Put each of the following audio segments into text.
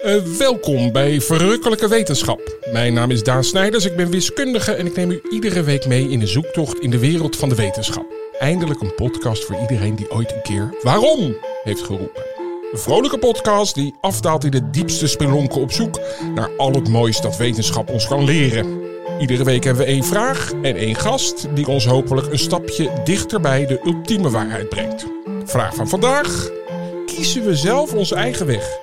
Welkom bij Verrukkelijke Wetenschap. Mijn naam is Daan Snijders, ik ben wiskundige en ik neem u iedere week mee in de zoektocht in de wereld van de wetenschap. Eindelijk een podcast voor iedereen die ooit een keer waarom heeft geroepen. Een vrolijke podcast die afdaalt in de diepste spelonken op zoek naar al het moois dat wetenschap ons kan leren. Iedere week hebben we één vraag en één gast die ons hopelijk een stapje dichter bij de ultieme waarheid brengt. De vraag van vandaag: kiezen we zelf onze eigen weg?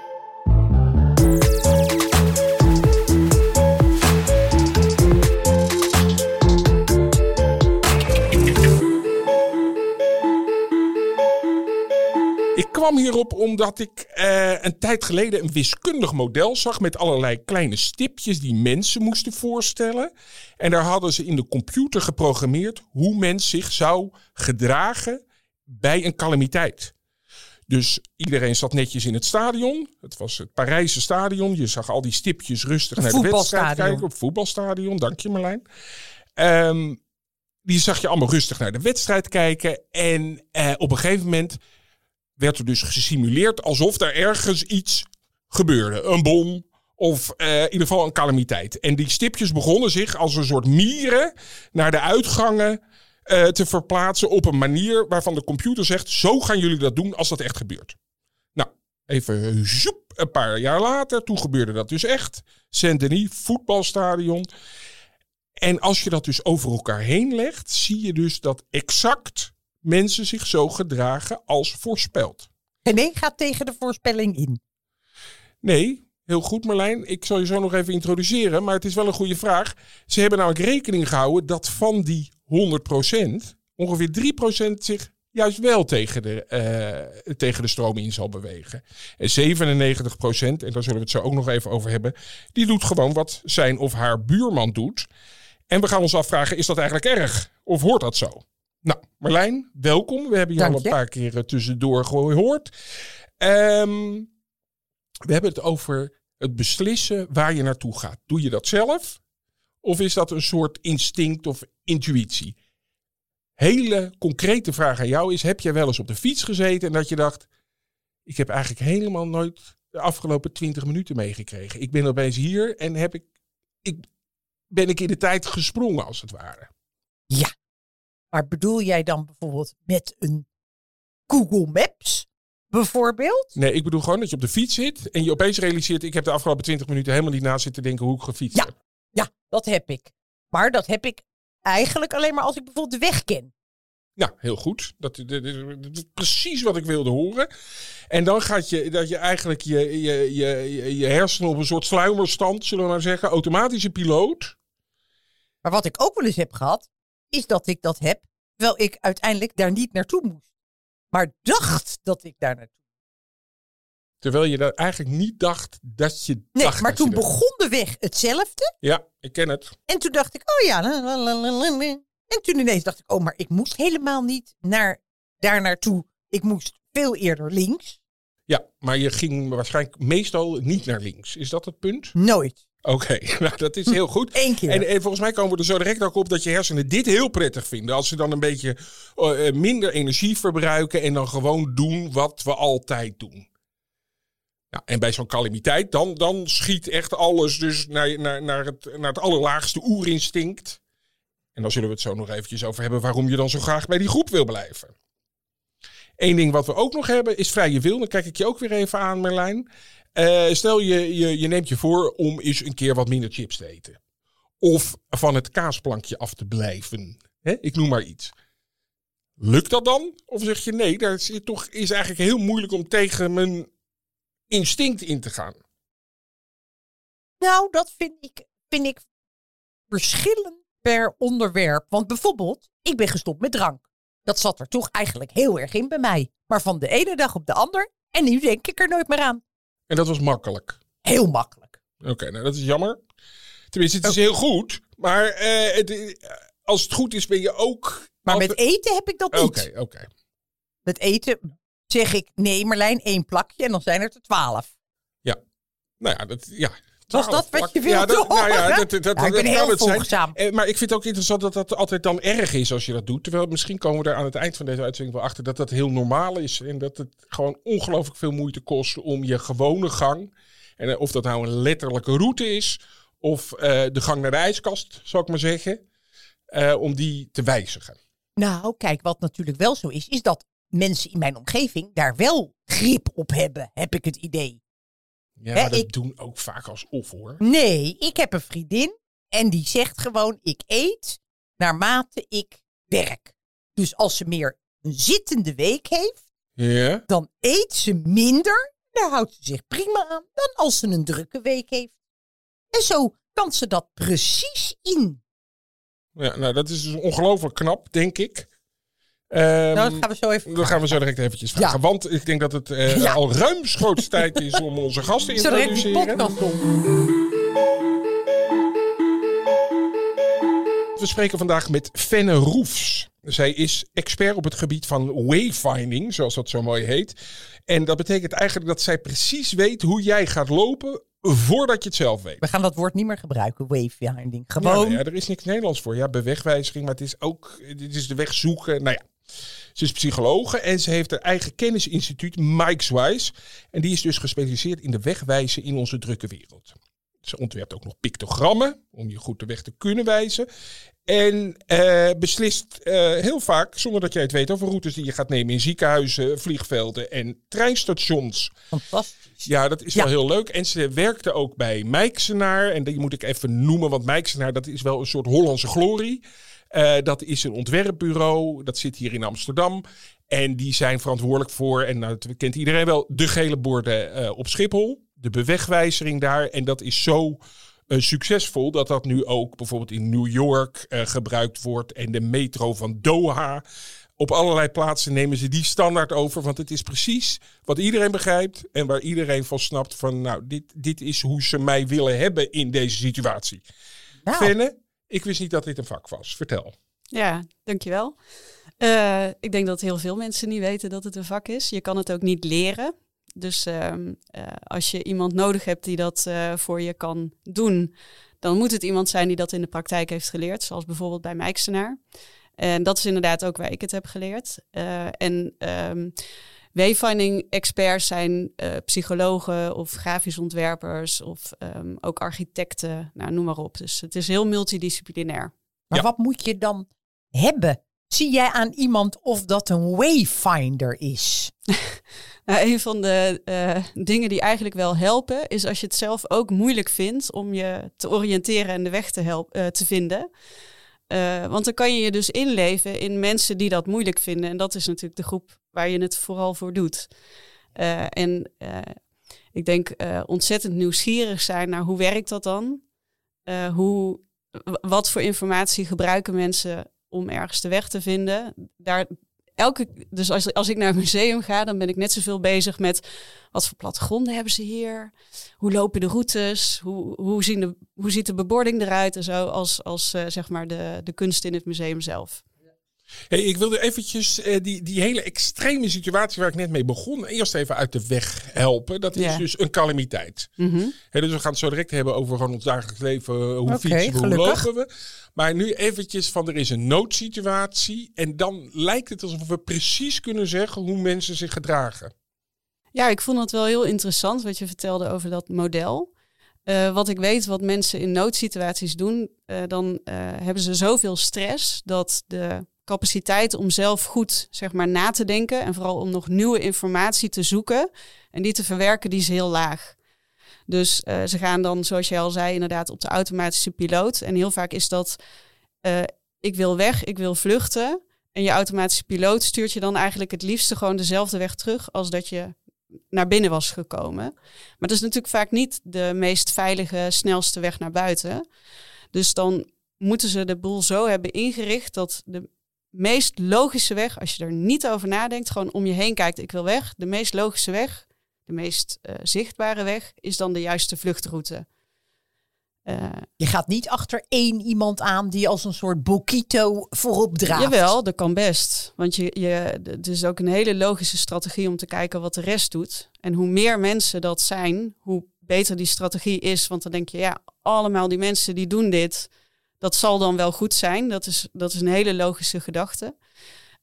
Ik kwam hierop omdat ik een tijd geleden een wiskundig model zag met allerlei kleine stipjes die mensen moesten voorstellen. En daar hadden ze in de computer geprogrammeerd hoe mens zich zou gedragen bij een calamiteit. Dus iedereen zat netjes in het stadion. Het was het Parijse stadion. Je zag al die stipjes rustig naar de wedstrijd kijken. Op het voetbalstadion, dank je Marlijn. Die zag je allemaal rustig naar de wedstrijd kijken. En op een gegeven moment werd er dus gesimuleerd alsof er ergens iets gebeurde. Een bom of in ieder geval een calamiteit. En die stipjes begonnen zich als een soort mieren naar de uitgangen te verplaatsen op een manier waarvan de computer zegt: zo gaan jullie dat doen als dat echt gebeurt. Nou, even zoep, een paar jaar later, toen gebeurde dat dus echt. Saint-Denis, voetbalstadion. En als je dat dus over elkaar heen legt, zie je dus dat exact mensen zich zo gedragen als voorspeld. René gaat tegen de voorspelling in. Nee, heel goed Marlijn. Ik zal je zo nog even introduceren, maar het is wel een goede vraag. Ze hebben namelijk rekening gehouden dat van die 100% ongeveer 3% zich juist wel tegen de stroom in zal bewegen. En 97%, en daar zullen we het zo ook nog even over hebben, die doet gewoon wat zijn of haar buurman doet. En we gaan ons afvragen, is dat eigenlijk erg? Of hoort dat zo? Nou, Marlijn, welkom. We hebben je al een paar keer tussendoor gehoord. We hebben het over het beslissen waar je naartoe gaat. Doe je dat zelf? Of is dat een soort instinct of intuïtie? Hele concrete vraag aan jou is: heb jij wel eens op de fiets gezeten en dat je dacht: ik heb eigenlijk helemaal nooit de afgelopen 20 minuten meegekregen. Ik ben opeens hier en ben ik in de tijd gesprongen als het ware. Ja. Maar bedoel jij dan bijvoorbeeld met een Google Maps bijvoorbeeld? Nee, ik bedoel gewoon dat je op de fiets zit en je opeens realiseert: ik heb de afgelopen 20 minuten helemaal niet na zitten denken hoe ik gefietst heb. Ja, dat heb ik. Maar dat heb ik eigenlijk alleen maar als ik bijvoorbeeld de weg ken. Nou, heel goed. Dat is precies wat ik wilde horen. En dan gaat je eigenlijk je hersenen op een soort sluimerstand, zullen we maar zeggen, automatische piloot. Maar wat ik ook wel eens heb gehad, is dat ik dat heb, terwijl ik uiteindelijk daar niet naartoe moest. Maar dacht dat ik daar naartoe moest. Terwijl je daar eigenlijk niet dacht dat je dacht. Nee, maar toen begon de weg hetzelfde. Ja, ik ken het. En toen dacht ik, oh ja. En toen ineens dacht ik, oh, maar ik moest helemaal niet daar naartoe. Ik moest veel eerder links. Ja, maar je ging waarschijnlijk meestal niet naar links. Is dat het punt? Nooit. Oké, nou dat is heel goed. Eén keer. En volgens mij komen we er zo direct ook op dat je hersenen dit heel prettig vinden. Als ze dan een beetje minder energie verbruiken en dan gewoon doen wat we altijd doen. Nou, en bij zo'n calamiteit, dan schiet echt alles dus naar het allerlaagste oerinstinct. En dan zullen we het zo nog eventjes over hebben waarom je dan zo graag bij die groep wil blijven. Eén ding wat we ook nog hebben is vrije wil. Dan kijk ik je ook weer even aan, Marlijn. Stel je neemt je voor om eens een keer wat minder chips te eten. Of van het kaasplankje af te blijven. Ik noem maar iets. Lukt dat dan? Of zeg je nee, dat is eigenlijk heel moeilijk om tegen mijn instinct in te gaan? Nou, dat vind ik verschillend per onderwerp. Want bijvoorbeeld, ik ben gestopt met drank. Dat zat er toch eigenlijk heel erg in bij mij. Maar van de ene dag op de ander. En nu denk ik er nooit meer aan. En dat was makkelijk? Heel makkelijk. Oké, nou dat is jammer. Tenminste, het is heel goed. Maar als het goed is ben je ook... Maar met eten heb ik dat niet. Oké. Met eten zeg ik, nee Marlijn, 1 plakje en dan zijn er 12. Ja, nou ja, Was dat wat je wilde horen? Ik ben heel volgzaam. Maar ik vind het ook interessant dat dat altijd dan erg is als je dat doet. Terwijl misschien komen we er aan het eind van deze uitzending wel achter dat dat heel normaal is. En dat het gewoon ongelooflijk veel moeite kost om je gewone gang En of dat nou een letterlijke route is of de gang naar de ijskast, zou ik maar zeggen. Om die te wijzigen. Nou, kijk, wat natuurlijk wel zo is dat mensen in mijn omgeving daar wel grip op hebben, heb ik het idee. Ja, maar dat doen ook vaak alsof, hoor. Nee, ik heb een vriendin en die zegt gewoon, ik eet naarmate ik werk. Dus als ze meer een zittende week heeft, dan eet ze minder. Daar houdt ze zich prima aan dan als ze een drukke week heeft. En zo kan ze dat precies in. Ja, nou, dat is dus ongelooflijk knap, denk ik. Nou, dat gaan we zo even Dan gaan we zo direct eventjes vragen. Ja. Want ik denk dat het al ruimschoots tijd is om onze gasten te introduceren. We spreken vandaag met Fenne Roefs. Zij is expert op het gebied van wayfinding, zoals dat zo mooi heet. En dat betekent eigenlijk dat zij precies weet hoe jij gaat lopen voordat je het zelf weet. We gaan dat woord niet meer gebruiken, wayfinding. Gewoon. Ja, er is niks Nederlands voor. Ja, bewegwijziging, maar dit is de weg zoeken. Nou ja, ze is psychologe en ze heeft haar eigen kennisinstituut, Mikeswise. En die is dus gespecialiseerd in de wegwijzen in onze drukke wereld. Ze ontwerpt ook nog pictogrammen om je goed de weg te kunnen wijzen. En beslist heel vaak, zonder dat jij het weet, over routes die je gaat nemen in ziekenhuizen, vliegvelden en treinstations. Fantastisch. Ja, dat is wel heel leuk. En ze werkte ook bij Mijksenaar. En die moet ik even noemen, want Mijksenaar, dat is wel een soort Hollandse glorie. Dat is een ontwerpbureau, dat zit hier in Amsterdam. En die zijn verantwoordelijk voor, en nou, dat kent iedereen wel, de gele borden op Schiphol. De bewegwijzering daar. En dat is zo succesvol dat dat nu ook bijvoorbeeld in New York gebruikt wordt. En de metro van Doha. Op allerlei plaatsen nemen ze die standaard over. Want het is precies wat iedereen begrijpt. En waar iedereen van snapt van, nou, dit is hoe ze mij willen hebben in deze situatie. Nou. Fenne, ik wist niet dat dit een vak was. Vertel. Ja, dankjewel. Ik denk dat heel veel mensen niet weten dat het een vak is. Je kan het ook niet leren. Dus als je iemand nodig hebt die dat voor je kan doen, dan moet het iemand zijn die dat in de praktijk heeft geleerd. Zoals bijvoorbeeld bij Mijksenaar. En dat is inderdaad ook waar ik het heb geleerd. Wayfinding experts zijn psychologen of grafisch ontwerpers of ook architecten, nou, noem maar op. Dus het is heel multidisciplinair. Maar wat moet je dan hebben? Zie jij aan iemand of dat een wayfinder is? Nou, een van de dingen die eigenlijk wel helpen, is als je het zelf ook moeilijk vindt om je te oriënteren en de weg te vinden. Want dan kan je je dus inleven in mensen die dat moeilijk vinden. En dat is natuurlijk de groep waar je het vooral voor doet. Ik denk ontzettend nieuwsgierig zijn naar hoe werkt dat dan? Wat voor informatie gebruiken mensen om ergens de weg te vinden? Dus als ik naar een museum ga, dan ben ik net zoveel bezig met wat voor plattegronden hebben ze hier? Hoe lopen de routes? Hoe ziet de bebording eruit? En zo als zeg maar de kunst in het museum zelf. Hey, ik wilde eventjes die hele extreme situatie waar ik net mee begon, eerst even uit de weg helpen. Dat is dus een calamiteit. Mm-hmm. Dus we gaan het zo direct hebben over gewoon ons dagelijks leven. Hoe fietsen we, hoe lopen we? Maar nu eventjes van er is een noodsituatie. En dan lijkt het alsof we precies kunnen zeggen hoe mensen zich gedragen. Ja, ik vond het wel heel interessant wat je vertelde over dat model. Wat ik weet wat mensen in noodsituaties doen, dan hebben ze zoveel stress dat de capaciteit om zelf goed, zeg maar, na te denken en vooral om nog nieuwe informatie te zoeken en die te verwerken, die is heel laag. Dus ze gaan dan, zoals jij al zei, inderdaad op de automatische piloot. En heel vaak is dat, ik wil weg, ik wil vluchten. En je automatische piloot stuurt je dan eigenlijk het liefste gewoon dezelfde weg terug als dat je naar binnen was gekomen. Maar dat is natuurlijk vaak niet de meest veilige, snelste weg naar buiten. Dus dan moeten ze de boel zo hebben ingericht dat de meest logische weg, als je er niet over nadenkt, gewoon om je heen kijkt, ik wil weg. De meest logische weg, de meest zichtbare weg, is dan de juiste vluchtroute. Je gaat niet achter één iemand aan die als een soort Bokito voorop draaft. Jawel, dat kan best. Want het is ook een hele logische strategie om te kijken wat de rest doet. En hoe meer mensen dat zijn, hoe beter die strategie is. Want dan denk je, ja, allemaal die mensen die doen dit, dat zal dan wel goed zijn. Dat is een hele logische gedachte.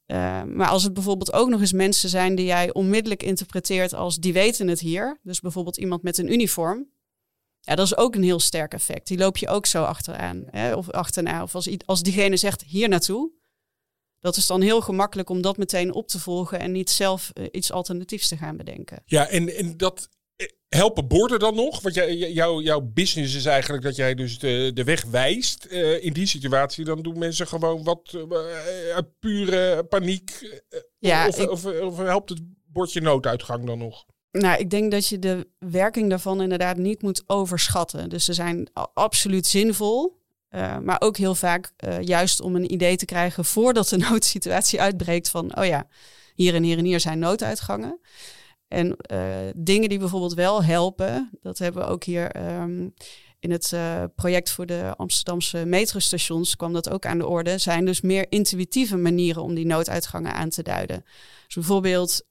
Maar als het bijvoorbeeld ook nog eens mensen zijn die jij onmiddellijk interpreteert als die weten het hier. Dus bijvoorbeeld iemand met een uniform. Ja, dat is ook een heel sterk effect. Die loop je ook zo achteraan. Hè? Of achterna. Of als diegene zegt hier naartoe. Dat is dan heel gemakkelijk om dat meteen op te volgen en niet zelf iets alternatiefs te gaan bedenken. Ja, en dat helpen borden dan nog? Want jouw business is eigenlijk dat jij dus de weg wijst. In die situatie dan doen mensen gewoon wat uit pure paniek. Of helpt het bordje nooduitgang dan nog? Nou, ik denk dat je de werking daarvan inderdaad niet moet overschatten. Dus ze zijn absoluut zinvol. Maar ook heel vaak juist om een idee te krijgen voordat de noodsituatie uitbreekt van, oh ja, hier en hier en hier zijn nooduitgangen. En dingen die bijvoorbeeld wel helpen, dat hebben we ook hier in het project voor de Amsterdamse metrostations kwam dat ook aan de orde, zijn dus meer intuïtieve manieren om die nooduitgangen aan te duiden. Dus bijvoorbeeld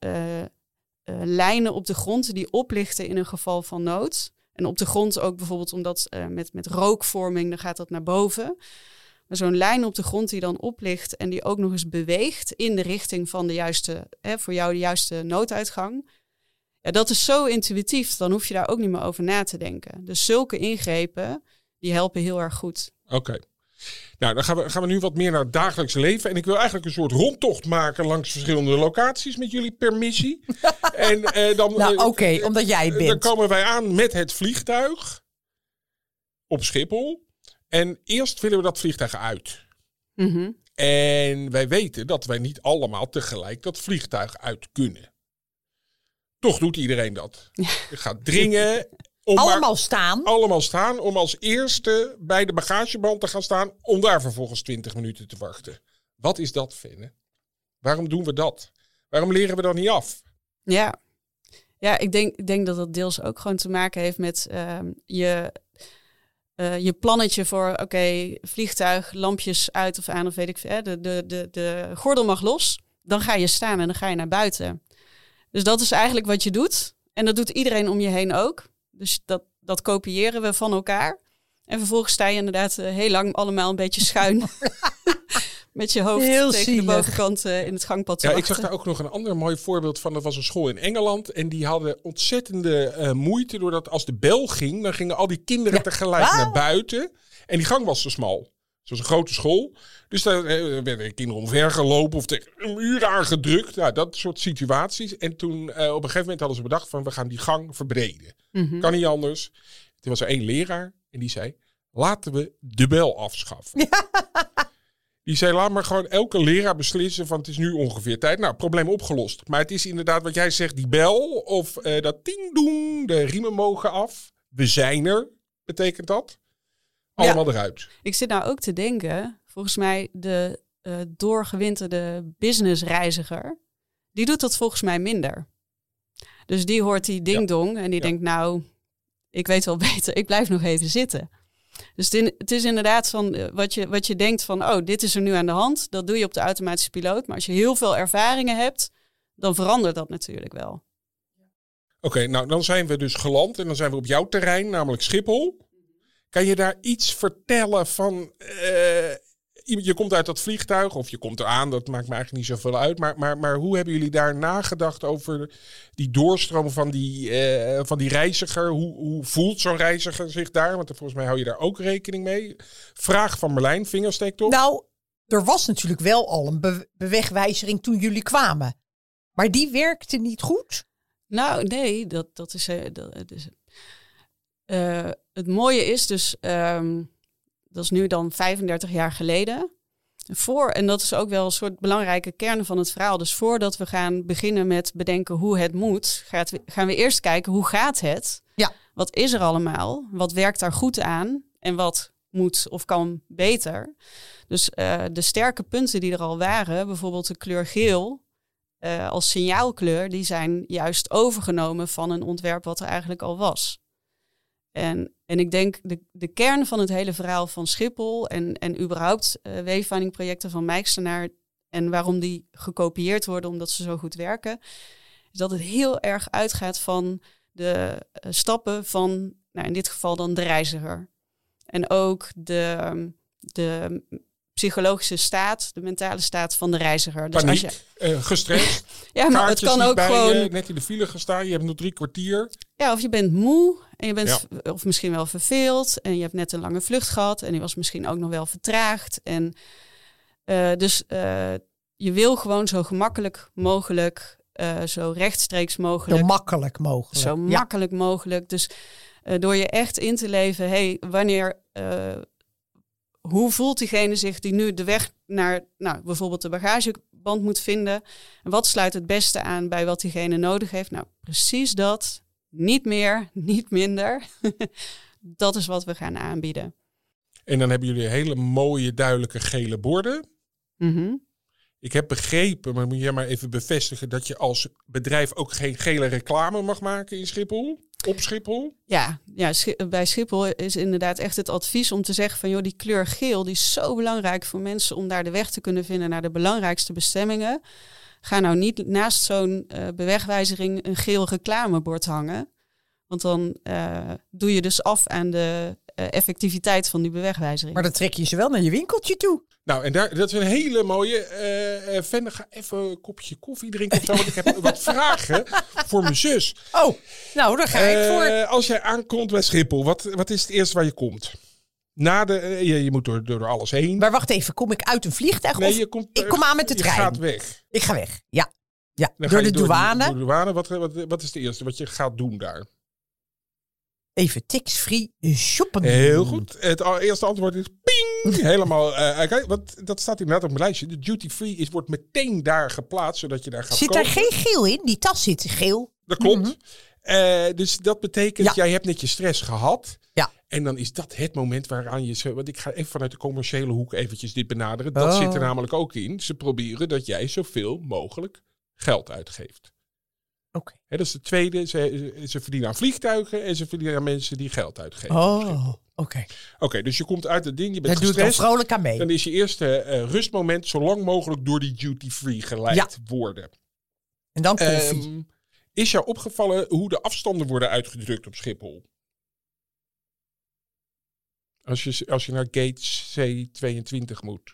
lijnen op de grond die oplichten in een geval van nood. En op de grond ook bijvoorbeeld omdat met rookvorming, dan gaat dat naar boven. Maar zo'n lijn op de grond die dan oplicht en die ook nog eens beweegt in de richting van de juiste, voor jou de juiste nooduitgang. Ja, dat is zo intuïtief, dan hoef je daar ook niet meer over na te denken. Dus zulke ingrepen, die helpen heel erg goed. Oké. Nou, dan gaan we nu wat meer naar het dagelijks leven. En ik wil eigenlijk een soort rondtocht maken langs verschillende locaties met jullie permissie. En dan, omdat jij het bent. Dan komen wij aan met het vliegtuig op Schiphol. En eerst willen we dat vliegtuig uit. Mm-hmm. En wij weten dat wij niet allemaal tegelijk dat vliegtuig uit kunnen. Toch doet iedereen dat. Je gaat dringen. Allemaal staan om als eerste bij de bagageband te gaan staan. Om daar vervolgens 20 minuten te wachten. Wat is dat, Fenne? Waarom doen we dat? Waarom leren we dat niet af? Ja, ik denk dat dat deels ook gewoon te maken heeft met je plannetje voor vliegtuig, lampjes uit of aan of weet ik veel. De gordel mag los. Dan ga je staan en dan ga je naar buiten. Dus dat is eigenlijk wat je doet. En dat doet iedereen om je heen ook. Dus dat kopiëren we van elkaar. En vervolgens sta je inderdaad heel lang allemaal een beetje schuin. Met je hoofd heel tegen zielig. de bovenkant in het gangpad te wachten. Ik zag daar ook nog een ander mooi voorbeeld van. Dat was een school in Engeland. En die hadden ontzettende moeite. Doordat als de bel ging, dan gingen al die kinderen tegelijk naar buiten. En die gang was te smal. Het was een grote school. Dus daar werden kinderen omver gelopen of tegen een muur aangedrukt. Nou, dat soort situaties. En toen op een gegeven moment hadden ze bedacht van we gaan die gang verbreden. Mm-hmm. Kan niet anders. Toen was er 1 leraar en die zei laten we de bel afschaffen. Ja. Die zei laat maar gewoon elke leraar beslissen van het is nu ongeveer tijd. Nou, probleem opgelost. Maar het is inderdaad wat jij zegt, die bel of dat ting-doeng, de riemen mogen af. We zijn er, betekent dat. Allemaal eruit. Ik zit nou ook te denken, volgens mij de doorgewinterde businessreiziger, die doet dat volgens mij minder. Dus die hoort die ding-dong en die denkt nou, ik weet wel beter, ik blijf nog even zitten. Dus het is inderdaad van wat je denkt van, dit is er nu aan de hand. Dat doe je op de automatische piloot. Maar als je heel veel ervaringen hebt, dan verandert dat natuurlijk wel. Oké, nou dan zijn we dus geland en dan zijn we op jouw terrein, namelijk Schiphol. Kan je daar iets vertellen van, je komt uit dat vliegtuig of je komt eraan, dat maakt me eigenlijk niet zoveel uit. Maar hoe hebben jullie daar nagedacht over die doorstroom van die reiziger? Hoe voelt zo'n reiziger zich daar? Want volgens mij hou je daar ook rekening mee. Vraag van Marlijn, vingersteek toch? Nou, er was natuurlijk wel al een bewegwijzering toen jullie kwamen. Maar die werkte niet goed? Nou, nee, dat is het mooie is dus, dat is nu dan 35 jaar geleden. En dat is ook wel een soort belangrijke kern van het verhaal. Dus voordat we gaan beginnen met bedenken hoe het moet, gaan we eerst kijken hoe gaat het? Ja. Wat is er allemaal? Wat werkt daar goed aan? En wat moet of kan beter? Dus de sterke punten die er al waren, bijvoorbeeld de kleur geel als signaalkleur, die zijn juist overgenomen van een ontwerp wat er eigenlijk al was. En ik denk de kern van het hele verhaal van Schiphol en überhaupt wayfinding-projecten van Mijkstenaar en waarom die gekopieerd worden omdat ze zo goed werken, is dat het heel erg uitgaat van de stappen van, nou in dit geval dan de reiziger. En ook de psychologische staat, de mentale staat van de reiziger. Dus Paniek, als je, gestrest. ja, maar het kan ook gewoon... net in de file gestaan, je hebt nog 3 kwartier. Ja, of je bent moe en je bent of misschien wel verveeld en je hebt net een lange vlucht gehad en die was misschien ook nog wel vertraagd. En je wil gewoon zo gemakkelijk mogelijk, zo rechtstreeks mogelijk. Zo makkelijk mogelijk. Zo makkelijk mogelijk. Dus door je echt in te leven, hoe voelt diegene zich die nu de weg naar bijvoorbeeld de bagageband moet vinden? En wat sluit het beste aan bij wat diegene nodig heeft? Nou, precies dat. Niet meer, niet minder. Dat is wat we gaan aanbieden. En dan hebben jullie hele mooie, duidelijke gele borden. Mm-hmm. Ik heb begrepen, maar moet jij maar even bevestigen, dat je als bedrijf ook geen gele reclame mag maken in Schiphol? Op Schiphol? Ja, bij Schiphol is inderdaad echt het advies om te zeggen van, joh, die kleur geel die is zo belangrijk voor mensen om daar de weg te kunnen vinden naar de belangrijkste bestemmingen. Ga nou niet naast zo'n bewegwijzering een geel reclamebord hangen. Want dan doe je dus af aan de effectiviteit van die bewegwijzering. Maar dan trek je ze wel naar je winkeltje toe. Nou, en dat is een hele mooie... Vende, ga even een kopje koffie drinken of zo, want ik heb wat vragen voor mijn zus. Oh, nou, daar ga ik voor. Als jij aankomt bij Schiphol, wat is het eerste waar je komt? Je moet door alles heen. Maar wacht even, kom ik uit een vliegtuig? Nee, of ik kom aan met de trein? Je gaat weg. Ik ga weg, ja. Door de douane. Door de douane. Wat is het eerste wat je gaat doen daar? Even tax-free shoppen. Heel goed. Het eerste antwoord is ping. Helemaal. Dat staat inderdaad op mijn lijstje. De duty-free wordt meteen daar geplaatst, zodat je daar gaat kopen. Zit daar geen geel in? Die tas zit geel. Dat klopt. Dus dat betekent, jij hebt net je stress gehad. Ja. En dan is dat het moment waaraan je... Want ik ga even vanuit de commerciële hoek eventjes dit benaderen. Dat zit er namelijk ook in. Ze proberen dat jij zoveel mogelijk geld uitgeeft. Oké. Dat is de tweede. Ze verdienen aan vliegtuigen en ze verdienen aan mensen die geld uitgeven. Oké, dus je komt uit het ding, je bent gestrest. Daar doe ik dan vrolijk aan mee. Dan is je eerste rustmoment zo lang mogelijk door die duty-free geleid worden. En dan koffie. Is jou opgevallen hoe de afstanden worden uitgedrukt op Schiphol? Als je naar gate C22 moet.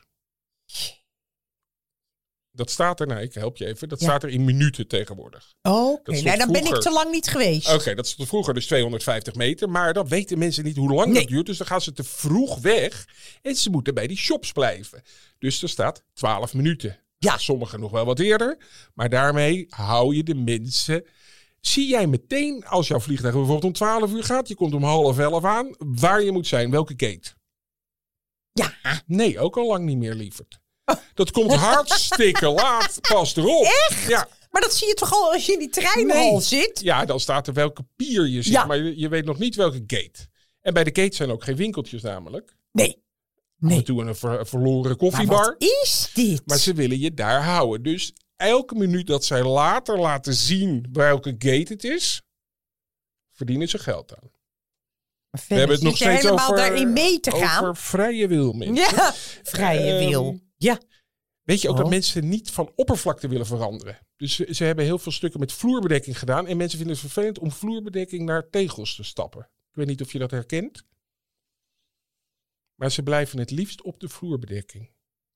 Dat staat er, ik help je even, staat er in minuten tegenwoordig. Oké, dan ben ik te lang niet geweest. Oké, dat stond vroeger dus 250 meter, maar dan weten mensen niet hoe lang dat duurt. Dus dan gaan ze te vroeg weg en ze moeten bij die shops blijven. Dus er staat 12 minuten. Ja. Sommigen nog wel wat eerder, maar daarmee hou je de mensen... Zie jij meteen, als jouw vliegtuig bijvoorbeeld om 12 uur gaat, je komt om 10:30 aan, waar je moet zijn, welke gate? Ja. Nee, ook al lang niet meer, lieverd. Dat komt hartstikke laat pas erop. Echt? Ja. Maar dat zie je toch al als je in die treinhal zit? Ja, dan staat er welke pier je zit, maar je weet nog niet welke gate. En bij de gate zijn ook geen winkeltjes namelijk. Nee. Af en toe een verloren koffiebar. Maar wat is dit? Maar ze willen je daar houden. Dus elke minuut dat zij later laten zien welke gate het is, verdienen ze geld aan. We hebben het nog steeds helemaal daarin mee te gaan. Over vrije wil, mensen. Ja, vrije wil. Ja. Weet je ook dat mensen niet van oppervlakte willen veranderen? Dus ze hebben heel veel stukken met vloerbedekking gedaan. En mensen vinden het vervelend om vloerbedekking naar tegels te stappen. Ik weet niet of je dat herkent. Maar ze blijven het liefst op de vloerbedekking.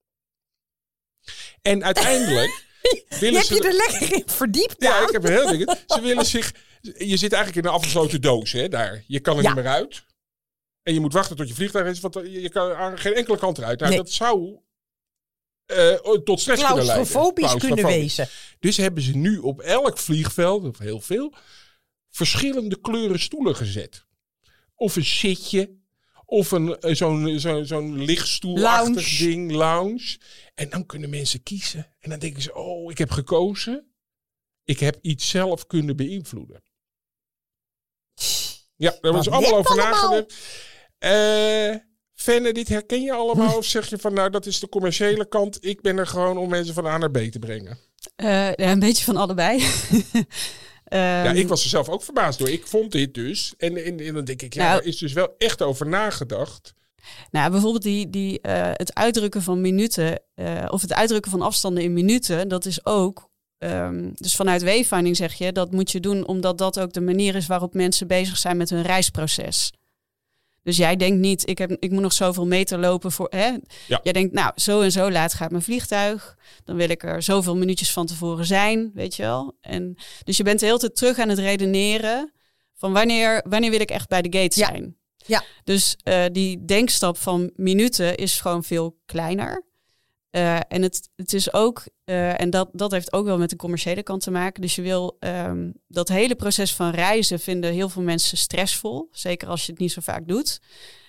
En uiteindelijk... Heb je er lekker in verdiept? Ja, ik heb er heel dingen. Ze willen zich... Je zit eigenlijk in een afgesloten doos, hè, daar. Je kan er niet meer uit. En je moet wachten tot je vliegtuig is, want je kan aan geen enkele kant eruit. Nou, dat zou tot stress kunnen leiden. Claustrofobisch kunnen wezen. Dus hebben ze nu op elk vliegveld, of heel veel, verschillende kleuren stoelen gezet. Of een zitje, of zo'n lichtstoelachtig ding, lounge. En dan kunnen mensen kiezen. En dan denken ze, ik heb gekozen. Ik heb iets zelf kunnen beïnvloeden. Ja, daar hebben ze allemaal over nagedacht. Fenne, dit herken je allemaal? Of zeg je van, nou, dat is de commerciële kant. Ik ben er gewoon om mensen van A naar B te brengen. Een beetje van allebei. Ja, ik was er zelf ook verbaasd door. Ik vond dit dus. En dan denk ik, er is dus wel echt over nagedacht. Nou, bijvoorbeeld het uitdrukken van minuten of het uitdrukken van afstanden in minuten, dat is ook, dus vanuit wayfinding zeg je, dat moet je doen omdat dat ook de manier is waarop mensen bezig zijn met hun reisproces. Dus jij denkt niet, ik moet nog zoveel meter lopen voor. Hè? Ja. Jij denkt, nou, zo en zo laat gaat mijn vliegtuig. Dan wil ik er zoveel minuutjes van tevoren zijn, weet je wel. En dus je bent de hele tijd terug aan het redeneren van wanneer wil ik echt bij de gate zijn. Ja. Dus die denkstap van minuten is gewoon veel kleiner. En het is ook, en dat heeft ook wel met de commerciële kant te maken. Dus je wil dat hele proces van reizen vinden heel veel mensen stressvol. Zeker als je het niet zo vaak doet.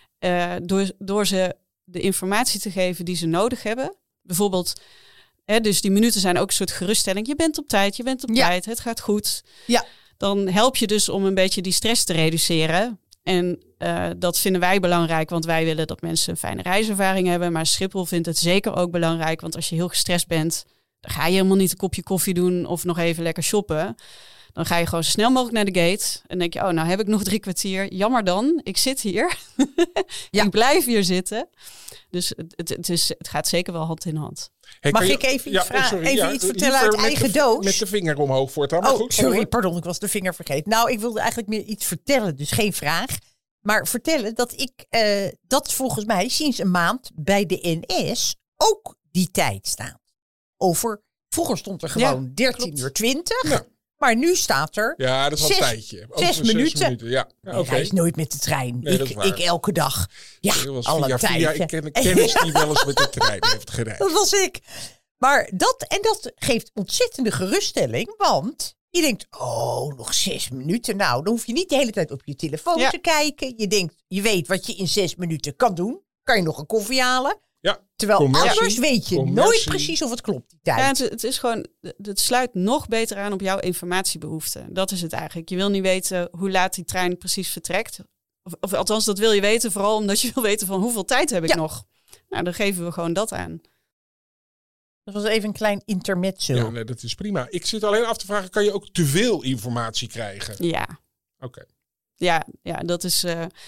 Door ze de informatie te geven die ze nodig hebben. Bijvoorbeeld, dus die minuten zijn ook een soort geruststelling. Je bent op tijd, tijd, het gaat goed. Ja. Dan help je dus om een beetje die stress te reduceren. En dat vinden wij belangrijk, want wij willen dat mensen een fijne reiservaring hebben. Maar Schiphol vindt het zeker ook belangrijk, want als je heel gestrest bent, dan ga je helemaal niet een kopje koffie doen of nog even lekker shoppen. Dan ga je gewoon zo snel mogelijk naar de gate. En denk je, oh, nou heb ik nog 3 kwartier. Jammer dan, ik zit hier. Ik blijf hier zitten. Dus het gaat zeker wel hand in hand. Hey, Mag ik even iets vertellen uit eigen doos? Met de vinger omhoog voortaan. Oh, sorry, pardon, ik was de vinger vergeten. Nou, ik wilde eigenlijk meer iets vertellen, dus geen vraag. Maar vertellen dat ik, dat volgens mij sinds een maand bij de NS ook die tijd staat. Vroeger stond er gewoon 13:20. Ja. Maar nu staat er... Ja, dat is al een tijdje. 6 minuten. Ja, okay. Hij is nooit met de trein. Nee, ik elke dag. Ja, al een tijdje. Ik ken een kennis die wel eens met de trein heeft gereden. Dat was ik. Maar dat geeft ontzettende geruststelling. Want je denkt, nog 6 minuten. Nou, dan hoef je niet de hele tijd op je telefoon te kijken. Je denkt, je weet wat je in 6 minuten kan doen. Kan je nog een koffie halen? Ja, terwijl anders weet je nooit precies of het klopt, die tijd. Ja, het is gewoon, het sluit nog beter aan op jouw informatiebehoeften. Dat is het eigenlijk. Je wil niet weten hoe laat die trein precies vertrekt. Of althans, dat wil je weten vooral omdat je wil weten van hoeveel tijd heb ik nog. Nou, dan geven we gewoon dat aan. Dat was even een klein intermezzo. Ja, nee, dat is prima. Ik zit alleen af te vragen, kan je ook te veel informatie krijgen? Ja. Oké. Ja, dat is...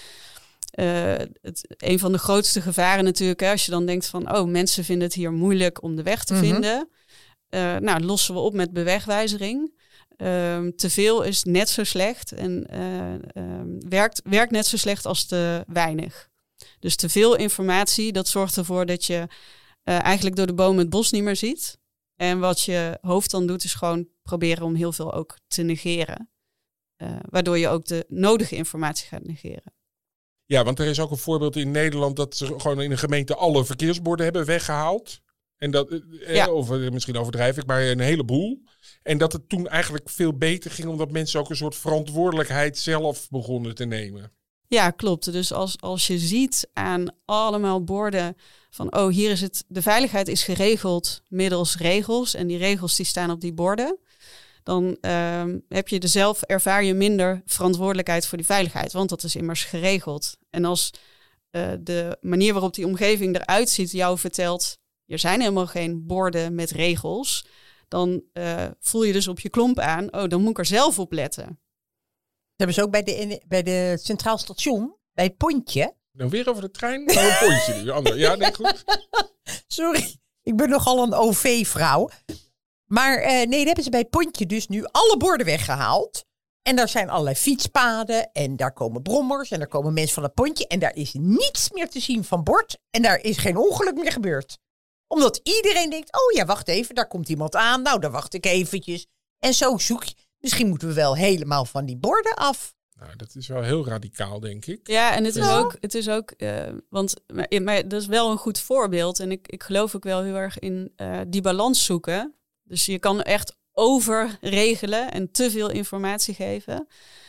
een van de grootste gevaren natuurlijk. Hè, als je dan denkt van, mensen vinden het hier moeilijk om de weg te vinden. Nou, lossen we op met bewegwijzering. Te veel is net zo slecht en werkt net zo slecht als te weinig. Dus te veel informatie, dat zorgt ervoor dat je eigenlijk door de bomen het bos niet meer ziet. En wat je hoofd dan doet, is gewoon proberen om heel veel ook te negeren. Waardoor je ook de nodige informatie gaat negeren. Ja, want er is ook een voorbeeld in Nederland dat ze gewoon in een gemeente alle verkeersborden hebben weggehaald. En dat, misschien overdrijf ik, maar een heleboel. En dat het toen eigenlijk veel beter ging, omdat mensen ook een soort verantwoordelijkheid zelf begonnen te nemen. Ja, klopt. Dus als je ziet aan allemaal borden van, hier is het, de veiligheid is geregeld middels regels. En die regels die staan op die borden. Dan ervaar je minder verantwoordelijkheid voor die veiligheid. Want dat is immers geregeld. En als de manier waarop die omgeving eruit ziet jou vertelt, er zijn helemaal geen borden met regels, dan voel je dus op je klomp aan, dan moet ik er zelf op letten. Dat hebben ze ook bij de Centraal Station, bij het pontje. Nou, weer over de trein? Nou, een pontje nu. Ja, nee, goed. Sorry, ik ben nogal een OV-vrouw. Maar daar hebben ze bij het pontje dus nu alle borden weggehaald. En daar zijn allerlei fietspaden en daar komen brommers en daar komen mensen van het pontje. En daar is niets meer te zien van bord en daar is geen ongeluk meer gebeurd. Omdat iedereen denkt, wacht even, daar komt iemand aan. Nou, dan wacht ik eventjes. En zo zoek je. Misschien moeten we wel helemaal van die borden af. Nou, dat is wel heel radicaal, denk ik. Ja, en het is ook want maar dat is wel een goed voorbeeld. En ik geloof ook wel heel erg in die balans zoeken. Dus je kan echt overregelen en te veel informatie geven.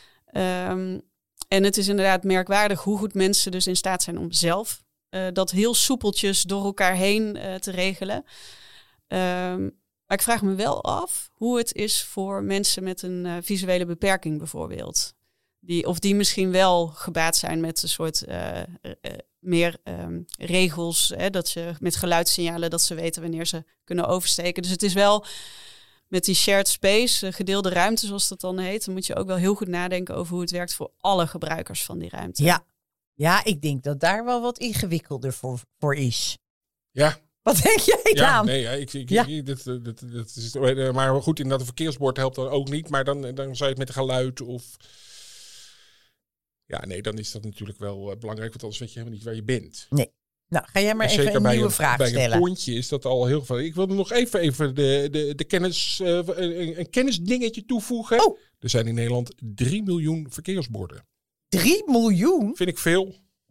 En het is inderdaad merkwaardig hoe goed mensen dus in staat zijn om zelf dat heel soepeltjes door elkaar heen te regelen. Maar ik vraag me wel af hoe het is voor mensen met een visuele beperking bijvoorbeeld. Die misschien wel gebaat zijn met een soort meer regels. Dat ze met geluidssignalen dat ze weten wanneer ze kunnen oversteken. Dus het is wel met die shared space, gedeelde ruimte zoals dat dan heet. Dan moet je ook wel heel goed nadenken over hoe het werkt voor alle gebruikers van die ruimte. Ja, ik denk dat daar wel wat ingewikkelder voor is. Ja. Wat denk jij dan? Dat is, maar goed, inderdaad, een verkeersbord helpt dan ook niet. Maar dan zou je het met geluid of... Ja, nee, dan is dat natuurlijk wel belangrijk. Want anders weet je helemaal niet waar je bent. Nee. Nou, ga jij maar En even zeker een nieuwe vraag bij stellen. een pondje is dat al heel veel. Ik wilde nog even de kennis, een kennisdingetje toevoegen. Oh. Er zijn in Nederland 3 miljoen verkeersborden. 3 miljoen? Vind ik veel.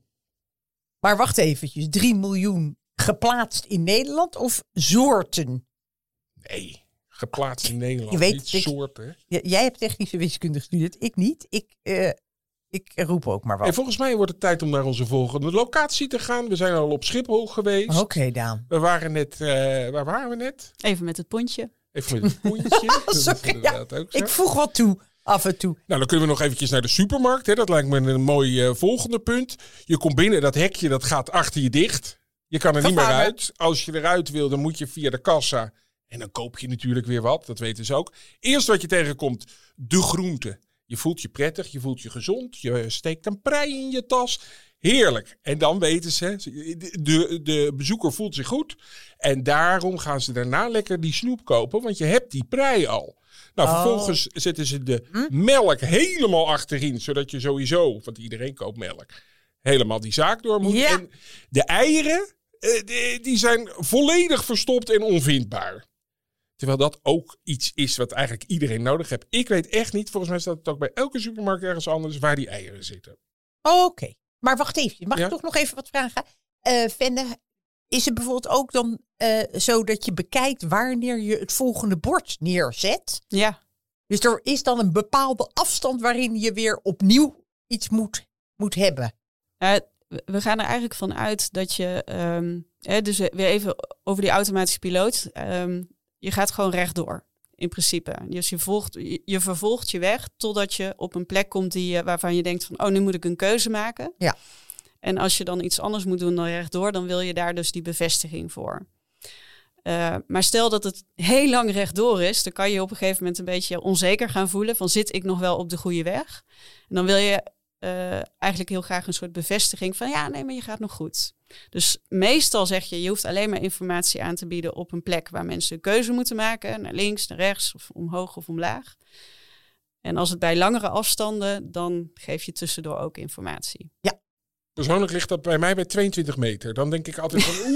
Maar wacht eventjes. 3 miljoen geplaatst in Nederland of soorten? Nee, geplaatst in Nederland. Je weet, niet soorten. Jij hebt technische wiskunde gestudeerd. Ik niet. Ik roep ook maar wat. En volgens mij wordt het tijd om naar onze volgende locatie te gaan. We zijn al op Schiphol geweest. Oké, Daan. We waren net... waar waren we net? Even met het pontje. Even met het poentje. Sorry, ja. Ook zo. Ik voeg wat toe, af en toe. Nou, dan kunnen we nog eventjes naar de supermarkt. Hè. Dat lijkt me een mooi volgende punt. Je komt binnen, dat hekje dat gaat achter je dicht. Je kan er niet meer Vervangen. uit. Als je eruit wil, dan moet je via de kassa. En dan koop je natuurlijk weer wat. Dat weten ze ook. Eerst wat je tegenkomt, de groenten. Je voelt je prettig, je voelt je gezond. Je steekt een prei in je tas. Heerlijk. En dan weten ze, de bezoeker voelt zich goed. En daarom gaan ze daarna lekker die snoep kopen. Want je hebt die prei al. Nou, vervolgens zetten ze de melk helemaal achterin. Zodat je sowieso, want iedereen koopt melk, helemaal die zaak door moet. Ja. En de eieren, die zijn volledig verstopt en onvindbaar. Terwijl dat ook iets is wat eigenlijk iedereen nodig heeft. Ik weet echt niet, volgens mij staat het ook bij elke supermarkt ergens anders, waar die eieren zitten. Oké. Maar wacht even. Mag Ja? ik toch nog even wat vragen? Venne, is het bijvoorbeeld ook dan zo dat je bekijkt wanneer je het volgende bord neerzet? Ja. Dus er is dan een bepaalde afstand waarin je weer opnieuw iets moet hebben. We gaan er eigenlijk van uit dat je, dus weer even over die automatische piloot. Je gaat gewoon rechtdoor, in principe. Dus je vervolgt je weg totdat je op een plek komt waarvan je denkt van, nu moet ik een keuze maken. Ja. En als je dan iets anders moet doen dan rechtdoor, dan wil je daar dus die bevestiging voor. Maar stel dat het heel lang rechtdoor is, dan kan je op een gegeven moment een beetje onzeker gaan voelen van, zit ik nog wel op de goede weg? En dan wil je eigenlijk heel graag een soort bevestiging van, maar je gaat nog goed. Dus meestal zeg je hoeft alleen maar informatie aan te bieden op een plek waar mensen een keuze moeten maken, naar links, naar rechts, of omhoog of omlaag. En als het bij langere afstanden, dan geef je tussendoor ook informatie. Ja. Persoonlijk ligt dat bij mij bij 22 meter. Dan denk ik altijd van,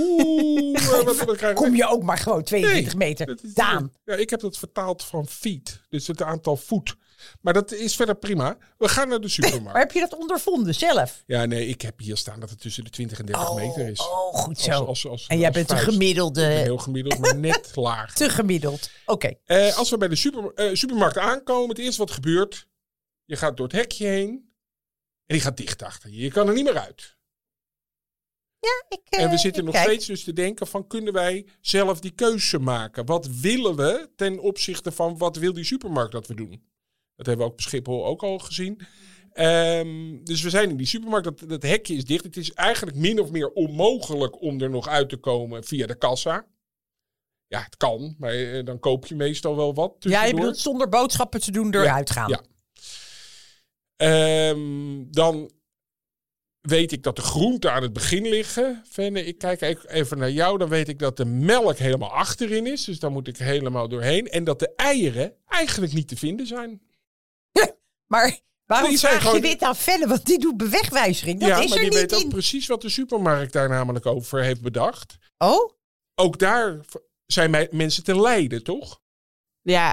wat krijg ik? Kom je ook maar gewoon 22 meter. Dat is- Daan. Ja, ik heb dat vertaald van feet. Dus het aantal voet. Maar dat is verder prima. We gaan naar de supermarkt. Maar heb je dat ondervonden zelf? Ja, nee, ik heb hier staan dat het tussen de 20 en 30 meter is. Oh, goed zo. Als En jij bent een vuist. gemiddelde. Ik ben heel gemiddeld, maar net laag. Te gemiddeld. Oké. Als we bij de supermarkt aankomen, het eerste wat gebeurt, je gaat door het hekje heen en die gaat dicht achter je. Je kan er niet meer uit. En we zitten nog steeds dus te denken van, kunnen wij zelf die keuze maken? Wat willen we ten opzichte van wat wil die supermarkt dat we doen? Dat hebben we ook op Schiphol ook al gezien. Dus we zijn in die supermarkt, dat hekje is dicht. Het is eigenlijk min of meer onmogelijk om er nog uit te komen via de kassa. Ja, het kan, maar dan koop je meestal wel wat. Ja, je tussendoor. bedoelt zonder boodschappen te doen eruit gaan. Ja. Dan weet ik dat de groenten aan het begin liggen. Venne, ik kijk even naar jou. Dan weet ik dat de melk helemaal achterin is. Dus daar moet ik helemaal doorheen. En dat de eieren eigenlijk niet te vinden zijn. Maar waarom Die zijn vraag je gewoon- dit aan Venne? Want die doet bewegwijzering. Dat is maar er die niet weet ook in. precies wat de supermarkt daar namelijk over heeft bedacht. Oh? Ook daar zijn mensen te lijden, toch? Ja,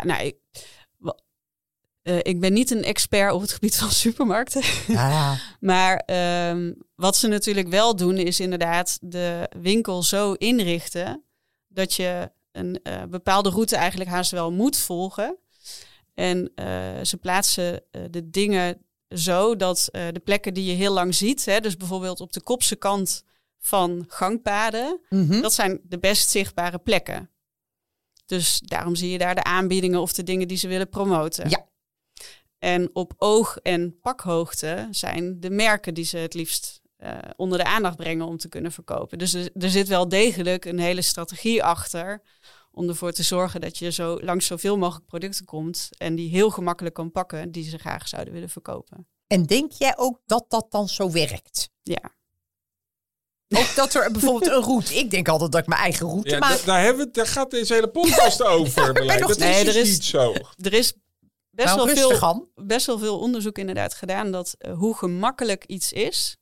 ik ben niet een expert op het gebied van supermarkten. Ja. Maar wat ze natuurlijk wel doen, is inderdaad de winkel zo inrichten dat je een bepaalde route eigenlijk haast wel moet volgen. En ze plaatsen de dingen zo dat de plekken die je heel lang ziet, dus bijvoorbeeld op de kopse kant van gangpaden, dat zijn de best zichtbare plekken. Dus daarom zie je daar de aanbiedingen of de dingen die ze willen promoten. Ja. En op oog- en pakhoogte zijn de merken die ze het liefst onder de aandacht brengen om te kunnen verkopen. Dus er zit wel degelijk een hele strategie achter om ervoor te zorgen dat je zo langs zoveel mogelijk producten komt en die heel gemakkelijk kan pakken die ze graag zouden willen verkopen. En denk jij ook dat dat dan zo werkt? Ja. Ook dat er bijvoorbeeld een route... Ik denk altijd dat ik mijn eigen route Ja, maak. daar gaat deze hele podcast over. Berlijn. nog Dat steeds- is Nee, dus er is- niet zo. Er is best wel veel onderzoek inderdaad gedaan dat hoe gemakkelijk iets is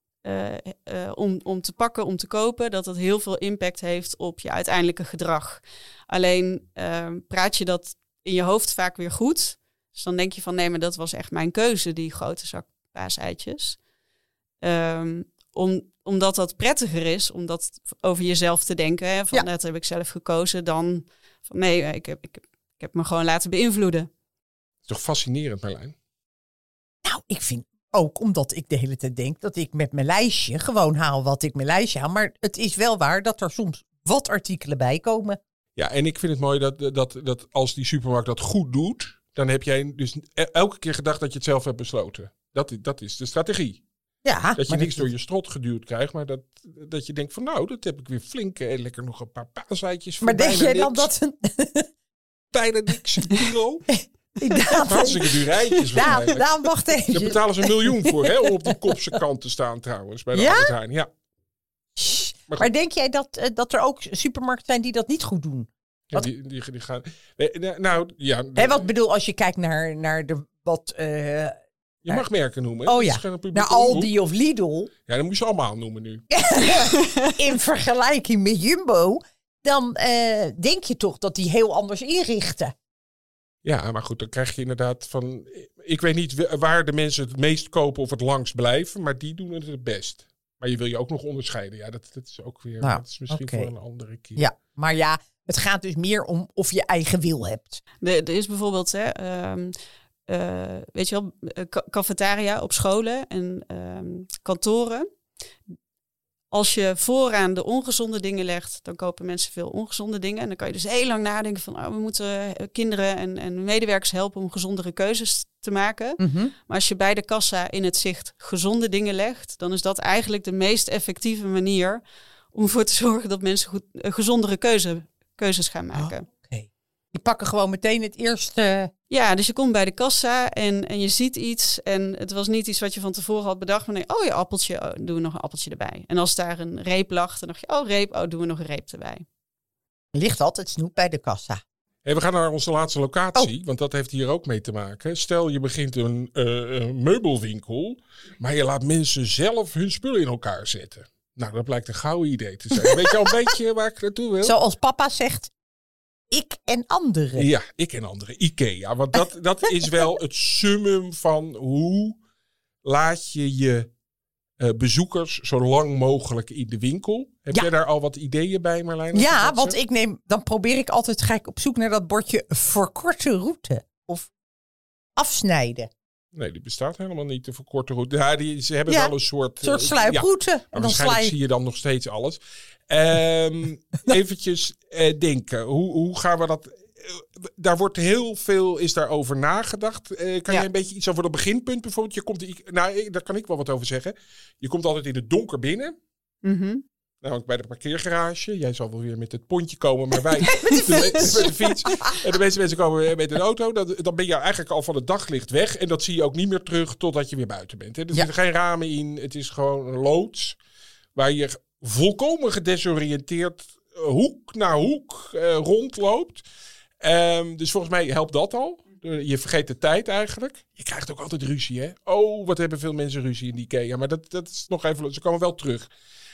om te pakken, om te kopen, dat het heel veel impact heeft op je uiteindelijke gedrag. Alleen praat je dat in je hoofd vaak weer goed. Dus dan denk je van nee, maar dat was echt mijn keuze, die grote zak paaseitjes. Omdat dat prettiger is, om dat over jezelf te denken. Hè, van dat heb ik zelf gekozen, dan van nee, ik heb me gewoon laten beïnvloeden. Het is toch fascinerend, Marlijn? Nou, ik vind ook omdat ik de hele tijd denk dat ik met mijn lijstje gewoon haal wat ik mijn lijstje haal. Maar het is wel waar dat er soms wat artikelen bij komen. Ja, en ik vind het mooi dat als die supermarkt dat goed doet, dan heb jij dus elke keer gedacht dat je het zelf hebt besloten. Dat is de strategie. Ja, dat je niks door je strot geduwd krijgt, maar dat je denkt van nou, dat heb ik weer flink. Lekker nog een paar paaseitjes. Maar denk jij dan dat bijna niks, een kilo? Inderdaad. Hartstikke dure eitjes. Daan, wacht even. Daar betalen ze $1 miljoen voor, hè, om op de kopse kant te staan trouwens, bij de Albert Heijn. Ja. Maar denk jij dat er ook supermarkten zijn die dat niet goed doen? Ja, die gaan... Nou, ja. Wat bedoel, als je kijkt naar de wat... je mag merken noemen. Oh ja, naar Aldi of Lidl. Ja, dan moet je ze allemaal noemen nu. In vergelijking met Jumbo, dan denk je toch dat die heel anders inrichten. Ja, maar goed, dan krijg je inderdaad van... Ik weet niet waar de mensen het meest kopen of het langst blijven, maar die doen het best. Maar je wil je ook nog onderscheiden. Ja, dat is ook weer... Nou, dat is misschien voor een andere keer. Ja, maar ja, het gaat dus meer om of je eigen wil hebt. Er is bijvoorbeeld... weet je wel, cafetaria op scholen en kantoren. Als je vooraan de ongezonde dingen legt, dan kopen mensen veel ongezonde dingen. En dan kan je dus heel lang nadenken van we moeten kinderen en medewerkers helpen om gezondere keuzes te maken. Mm-hmm. Maar als je bij de kassa in het zicht gezonde dingen legt, dan is dat eigenlijk de meest effectieve manier om ervoor te zorgen dat mensen gezondere keuzes gaan maken. Oh, okay. Die pakken gewoon meteen het eerste... Ja, dus je komt bij de kassa en je ziet iets. En het was niet iets wat je van tevoren had bedacht. Maar nee, appeltje, doen we nog een appeltje erbij. En als daar een reep lag, dan dacht je, reep, doen we nog een reep erbij. Ligt altijd snoep bij de kassa. Hey, we gaan naar onze laatste locatie, want dat heeft hier ook mee te maken. Stel, je begint een meubelwinkel, maar je laat mensen zelf hun spullen in elkaar zetten. Nou, dat blijkt een gouden idee te zijn. Weet je al een beetje waar ik naartoe wil? Zoals papa zegt, ik en anderen. Ja, ik en anderen. IKEA. Want dat is wel het summum van hoe laat je bezoekers zo lang mogelijk in de winkel. Heb jij daar al wat ideeën bij, Marlijn? Ja, want dan probeer ik altijd, ga ik op zoek naar dat bordje verkorte route. Of afsnijden. Nee, die bestaat helemaal niet, de verkorte route. Ja, ze hebben wel een soort sluiproute. Ja, en waarschijnlijk zie je dan nog steeds alles. Eventjes denken. Hoe gaan we dat... Daar wordt heel veel is daarover nagedacht. Kan jij een beetje iets over dat beginpunt bijvoorbeeld? Daar kan ik wel wat over zeggen. Je komt altijd in het donker binnen. Mm-hmm. Nou, bij de parkeergarage. Jij zal wel weer met het pontje komen, maar wij met de fiets. En de meeste mensen komen met een auto. Dan ben je eigenlijk al van het daglicht weg. En dat zie je ook niet meer terug totdat je weer buiten bent. Er zitten geen ramen in. Het is gewoon een loods waar je volkomen gedesoriënteerd hoek naar hoek rondloopt. Dus volgens mij helpt dat al. Je vergeet de tijd eigenlijk. Je krijgt ook altijd ruzie, hè? Oh, wat hebben veel mensen ruzie in die IKEA. Maar dat is nog even... Ze komen wel terug.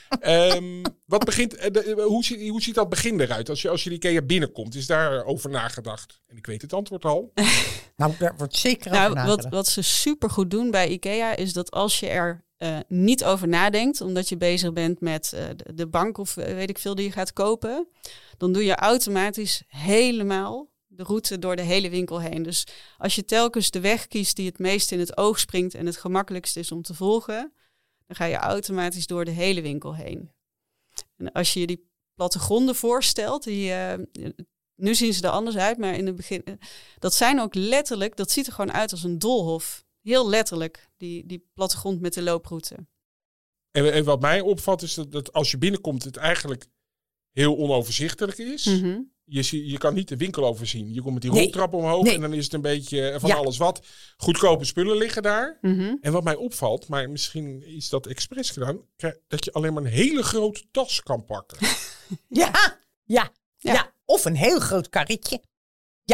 Hoe ziet dat begin eruit? Als je de IKEA binnenkomt, is daar over nagedacht? En ik weet het antwoord al. Nou, daar wordt zeker over nagedacht. Wat ze supergoed doen bij IKEA is dat als je er niet over nadenkt, omdat je bezig bent met de bank of weet ik veel die je gaat kopen, dan doe je automatisch helemaal de route door de hele winkel heen. Dus als je telkens de weg kiest die het meest in het oog springt en het gemakkelijkst is om te volgen, dan ga je automatisch door de hele winkel heen. En als je je die plattegronden voorstelt, nu zien ze er anders uit, maar in het begin, dat zijn ook letterlijk, dat ziet er gewoon uit als een doolhof. Heel letterlijk, die plattegrond met de looproute. En wat mij opvalt is dat als je binnenkomt het eigenlijk heel onoverzichtelijk is. Mm-hmm. Je kan niet de winkel overzien. Je komt met die roltrap omhoog en dan is het een beetje van alles wat. Goedkope spullen liggen daar. Mm-hmm. En wat mij opvalt, maar misschien is dat expres gedaan, dat je alleen maar een hele grote tas kan pakken. Ja. Of een heel groot karretje. Ja,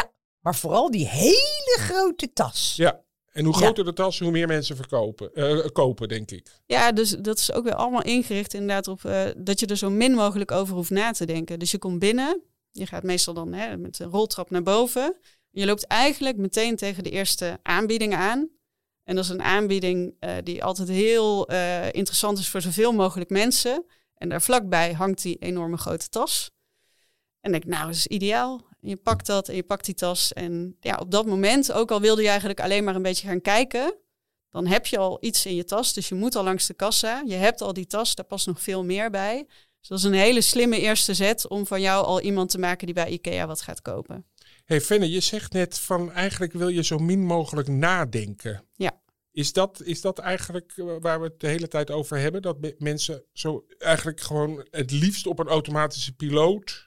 Maar vooral die hele grote tas. Ja. En hoe groter de tas, hoe meer mensen kopen, denk ik. Ja, dus dat is ook weer allemaal ingericht inderdaad op dat je er zo min mogelijk over hoeft na te denken. Dus je komt binnen, je gaat meestal dan met een roltrap naar boven. Je loopt eigenlijk meteen tegen de eerste aanbieding aan. En dat is een aanbieding die altijd heel interessant is voor zoveel mogelijk mensen. En daar vlakbij hangt die enorme grote tas. En denk, nou, dat is ideaal. En je pakt dat en je pakt die tas. En ja, op dat moment, ook al wilde je eigenlijk alleen maar een beetje gaan kijken, dan heb je al iets in je tas. Dus je moet al langs de kassa. Je hebt al die tas, daar past nog veel meer bij. Dus dat is een hele slimme eerste zet om van jou al iemand te maken die bij IKEA wat gaat kopen. Hey Fenne, je zegt net van eigenlijk wil je zo min mogelijk nadenken. Ja. Is dat eigenlijk waar we het de hele tijd over hebben? Dat mensen zo eigenlijk gewoon het liefst op een automatische piloot...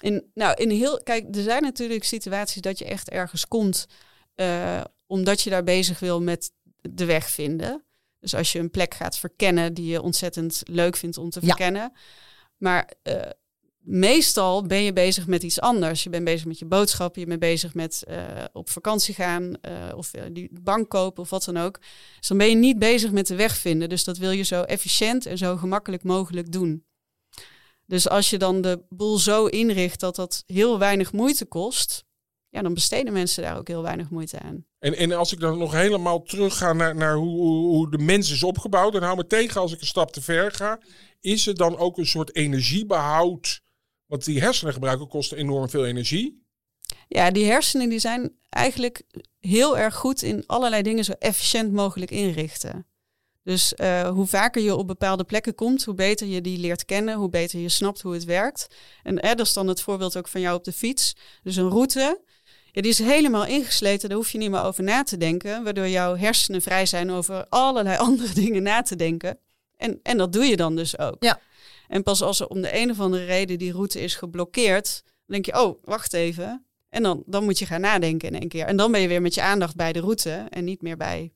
Kijk, er zijn natuurlijk situaties dat je echt ergens komt omdat je daar bezig wil met de weg vinden. Dus als je een plek gaat verkennen die je ontzettend leuk vindt om te verkennen. Maar meestal ben je bezig met iets anders. Je bent bezig met je boodschappen, je bent bezig met op vakantie gaan of die bank kopen of wat dan ook. Dus dan ben je niet bezig met de weg vinden. Dus dat wil je zo efficiënt en zo gemakkelijk mogelijk doen. Dus als je dan de boel zo inricht dat dat heel weinig moeite kost, ja, dan besteden mensen daar ook heel weinig moeite aan. En als ik dan nog helemaal terug ga naar hoe de mens is opgebouwd, en hou me tegen als ik een stap te ver ga, is er dan ook een soort energiebehoud? Want die hersenen gebruiken kosten enorm veel energie. Ja, die hersenen die zijn eigenlijk heel erg goed in allerlei dingen zo efficiënt mogelijk inrichten. Dus hoe vaker je op bepaalde plekken komt, hoe beter je die leert kennen, hoe beter je snapt hoe het werkt. En dat is dan het voorbeeld ook van jou op de fiets. Dus een route, ja, die is helemaal ingesleten, daar hoef je niet meer over na te denken, waardoor jouw hersenen vrij zijn over allerlei andere dingen na te denken. En dat doe je dan dus ook. Ja. En pas als er om de een of andere reden die route is geblokkeerd, dan denk je, oh, wacht even. En dan moet je gaan nadenken in één keer. En dan ben je weer met je aandacht bij de route en niet meer bij,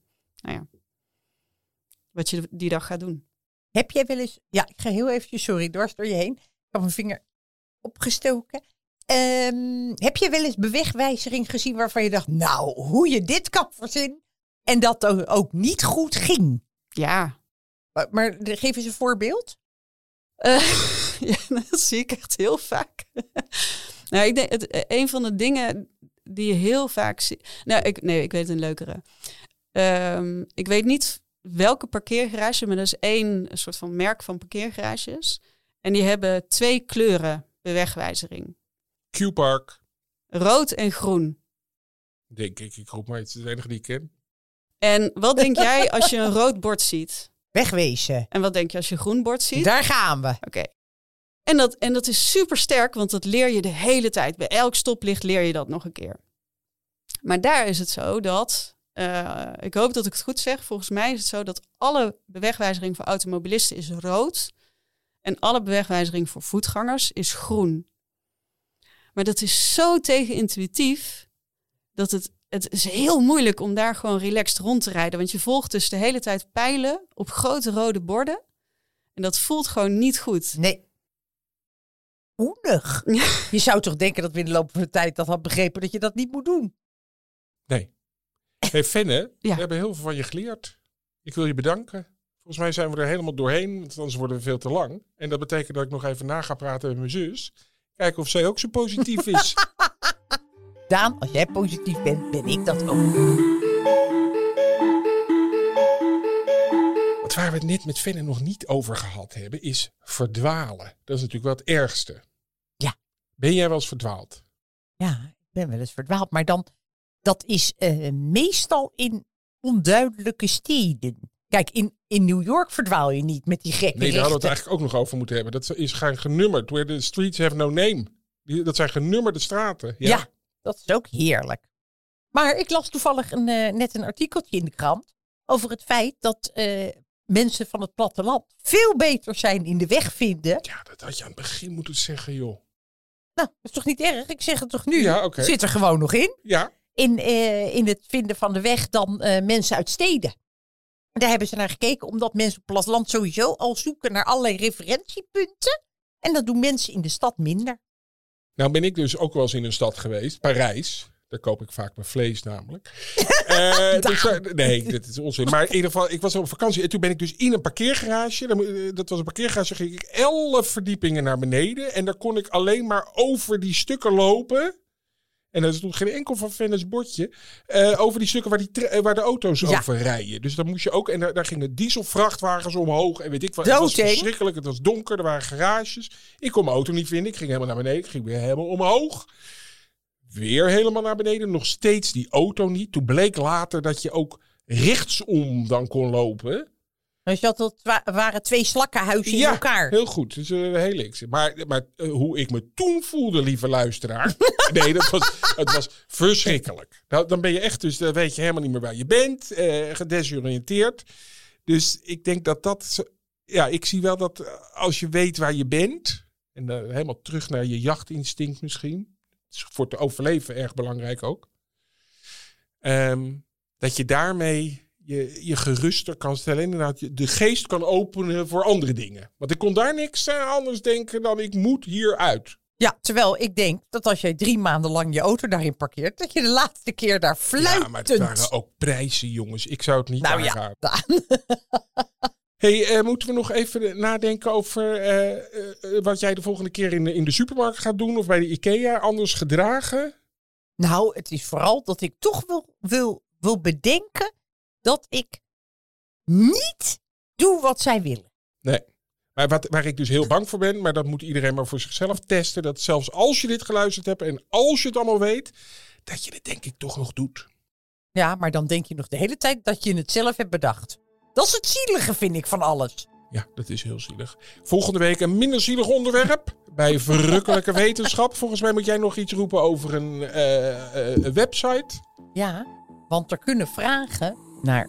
wat je die dag gaat doen. Heb jij wel eens... Ja, ik ga heel eventjes, sorry, dwars door je heen. Ik heb mijn vinger opgestoken. Heb je wel eens bewegwijzering gezien waarvan je dacht, nou, hoe je dit kan verzinnen en dat ook niet goed ging? Ja. Maar geef eens een voorbeeld. Ja, dat zie ik echt heel vaak. Nou, ik denk, een van de dingen die je heel vaak ziet... ik weet een leukere. Ik weet niet welke parkeergarage, maar dat is een soort van merk van parkeergarages. En die hebben 2 kleuren bewegwijzering. Q-Park. Rood en groen. Denk ik roep maar, het is het enige die ik ken. En wat denk jij als je een rood bord ziet? Wegwezen. En wat denk je als je een groen bord ziet? Daar gaan we. Oké. En dat is super sterk, want dat leer je de hele tijd. Bij elk stoplicht leer je dat nog een keer. Maar daar is het zo dat, ik hoop dat ik het goed zeg, volgens mij is het zo dat alle bewegwijzering voor automobilisten is rood en alle bewegwijzering voor voetgangers is groen. Maar dat is zo tegenintuïtief dat het is heel moeilijk om daar gewoon relaxed rond te rijden. Want je volgt dus de hele tijd pijlen op grote rode borden. En dat voelt gewoon niet goed. Nee. Oenig. Je zou toch denken dat we in de loop van de tijd dat had begrepen dat je dat niet moet doen. Nee. Hey Fenne, Ja. we hebben heel veel van je geleerd. Ik wil je bedanken. Volgens mij zijn we er helemaal doorheen, want anders worden we veel te lang. En dat betekent dat ik nog even na ga praten met mijn zus. Kijken of zij ook zo positief is. Daan, als jij positief bent, ben ik dat ook. Wat waar we het net met Fenne nog niet over gehad hebben, is verdwalen. Dat is natuurlijk wel het ergste. Ja. Ben jij wel eens verdwaald? Ja, ik ben wel eens verdwaald. Maar dan, dat is meestal in onduidelijke steden. Kijk, in New York verdwaal je niet met die gekke Nee, daar hadden we het rechten. eigenlijk ook nog over moeten hebben. Dat is gaan genummerd. Where the streets have no name. Dat zijn genummerde straten. Ja, dat is ook heerlijk. Maar ik las toevallig net een artikeltje in de krant over het feit dat mensen van het platteland veel beter zijn in de weg vinden. Ja, dat had je aan het begin moeten zeggen, joh. Nou, dat is toch niet erg? Ik zeg het toch nu? Ja, oké. Zit er gewoon nog in. Ja, In het vinden van de weg dan mensen uit steden. Daar hebben ze naar gekeken omdat mensen op het platteland sowieso al zoeken naar allerlei referentiepunten. En dat doen mensen in de stad minder. nou ben ik dus ook wel eens in een stad geweest, Parijs. Daar koop ik vaak mijn vlees namelijk. Nee, dat is onzin. Maar in ieder geval, ik was op vakantie. En toen ben ik dus in een parkeergarage. Dat was een parkeergarage. Ging ik 11 verdiepingen naar beneden. En daar kon ik alleen maar over die stukken lopen. En er stond geen enkel van Vennes bordje. Over die stukken waar de auto's over rijden. Dus dan moest je ook... En daar gingen dieselvrachtwagens omhoog. En weet ik wat. Het was verschrikkelijk. Het was donker. Er waren garages. Ik kon mijn auto niet vinden. Ik ging helemaal naar beneden. Ik ging weer helemaal omhoog. Weer helemaal naar beneden. Nog steeds die auto niet. Toen bleek later dat je ook rechtsom dan kon lopen. Dus waren 2 slakkenhuizen in elkaar. Heel goed. Dus heel links. Maar hoe ik me toen voelde, lieve luisteraar. Nee, het was verschrikkelijk. Dan ben je echt, dus dan weet je helemaal niet meer waar je bent. Gedesoriënteerd. Dus ik denk dat... Ja, ik zie wel dat als je weet waar je bent. En helemaal terug naar je jachtinstinct misschien. Is voor te overleven erg belangrijk ook. Dat je daarmee je geruster kan stellen. Inderdaad, de geest kan openen voor andere dingen. Want ik kon daar niks anders denken dan ik moet hieruit. Ja, terwijl ik denk dat als jij 3 maanden lang je auto daarin parkeert, dat je de laatste keer daar fluitend... Ja, maar het waren ook prijzen, jongens. Ik zou het niet aanraden. Ja. Hey, moeten we nog even nadenken over wat jij de volgende keer in de supermarkt gaat doen of bij de IKEA anders gedragen? Nou, het is vooral dat ik toch wil bedenken dat ik niet doe wat zij willen. Nee, maar waar ik dus heel bang voor ben, maar dat moet iedereen maar voor zichzelf testen, dat zelfs als je dit geluisterd hebt en als je het allemaal weet, dat je het denk ik toch nog doet. Ja, maar dan denk je nog de hele tijd dat je het zelf hebt bedacht. Dat is het zielige, vind ik, van alles. Ja, dat is heel zielig. Volgende week een minder zielig onderwerp. Bij Verrukkelijke Wetenschap. Volgens mij moet jij nog iets roepen over een website. Ja, want er kunnen vragen naar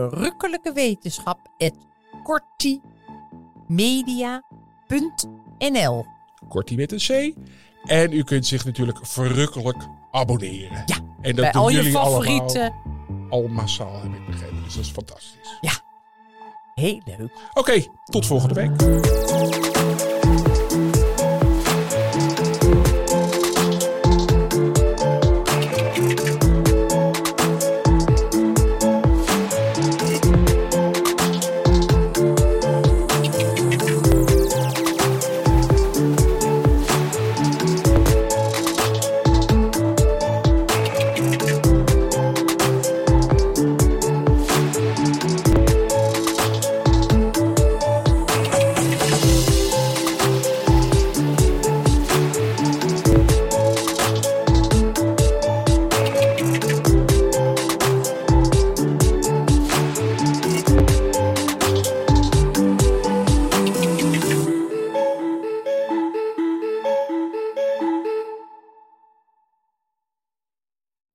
verrukkelijkewetenschap@kortimedia.nl. Kortie met een C. En u kunt zich natuurlijk verrukkelijk abonneren. Ja, en dat bij doen al je jullie favorieten. Al massaal, heb ik begrepen. Dus dat is fantastisch. Ja, heel leuk. Oké, tot volgende week.